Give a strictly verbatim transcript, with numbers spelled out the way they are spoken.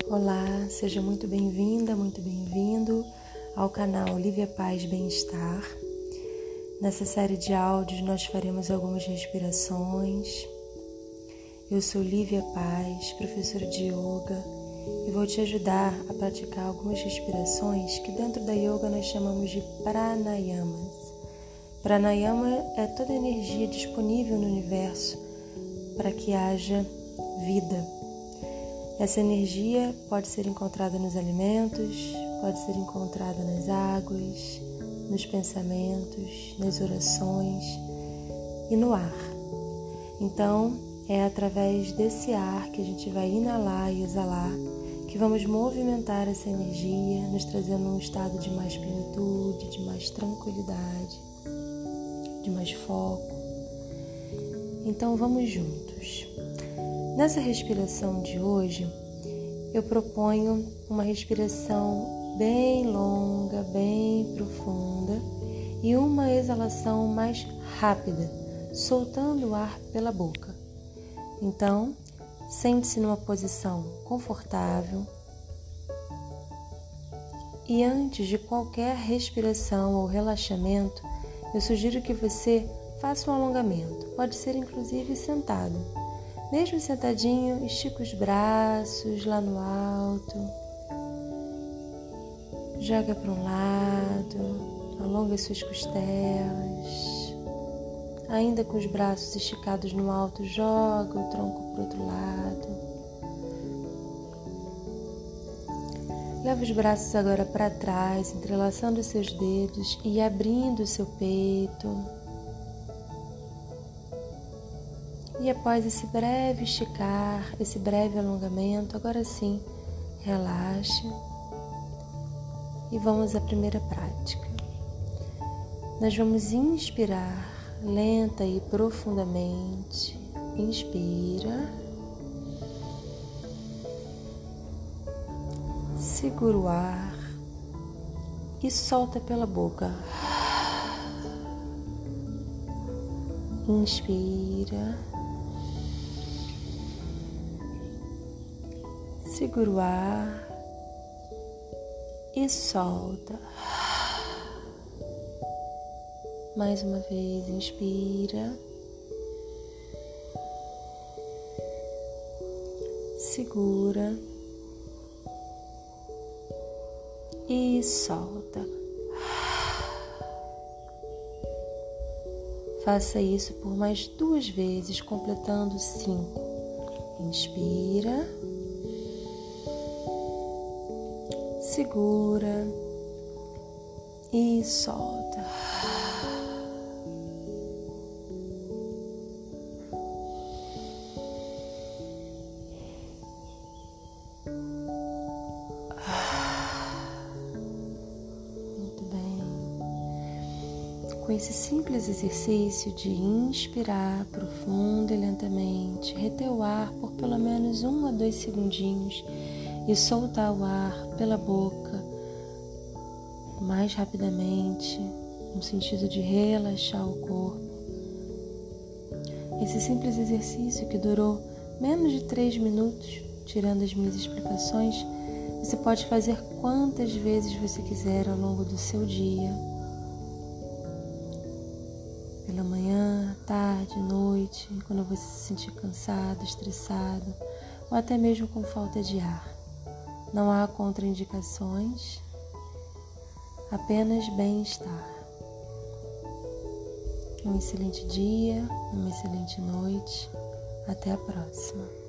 Olá, seja muito bem-vinda, muito bem-vindo ao canal Lívia Paz Bem-Estar. Nessa série de áudios nós faremos algumas respirações. Eu sou Lívia Paz, professora de Yoga, e vou te ajudar a praticar algumas respirações que dentro da Yoga nós chamamos de pranayamas. Pranayama é toda a energia disponível no universo para que haja vida. Essa energia pode ser encontrada nos alimentos, pode ser encontrada nas águas, nos pensamentos, nas orações e no ar. Então, é através desse ar que a gente vai inalar e exalar que vamos movimentar essa energia, nos trazendo um estado de mais plenitude, de mais tranquilidade, de mais foco. Então, vamos juntos. Nessa respiração de hoje, eu proponho uma respiração bem longa, bem profunda e uma exalação mais rápida, soltando o ar pela boca. Então, sente-se numa posição confortável e antes de qualquer respiração ou relaxamento, eu sugiro que você faça um alongamento, pode ser inclusive sentado. Mesmo sentadinho, estica os braços lá no alto, joga para um lado, alonga as suas costelas, ainda com os braços esticados no alto, joga o tronco para o outro lado. Leva os braços agora para trás, entrelaçando os seus dedos e abrindo o seu peito. E após esse breve esticar, esse breve alongamento, agora sim, relaxe. E vamos à primeira prática. Nós vamos inspirar lenta e profundamente. Inspira. Segura o ar e solta pela boca. Inspira. Segura o ar e solta. Mais uma vez, inspira. Segura e solta. Faça isso por mais duas vezes, completando cinco. Inspira. Segura e solta. Muito bem. Com esse simples exercício de inspirar profunda e lentamente, reter o ar por pelo menos um a dois segundinhos e soltar o ar pela boca mais rapidamente, no sentido de relaxar o corpo. Esse simples exercício que durou menos de três minutos, tirando as minhas explicações, você pode fazer quantas vezes você quiser ao longo do seu dia. Pela manhã, tarde, noite, quando você se sentir cansado, estressado ou até mesmo com falta de ar. Não há contraindicações, apenas bem-estar. Um excelente dia, uma excelente noite. Até a próxima.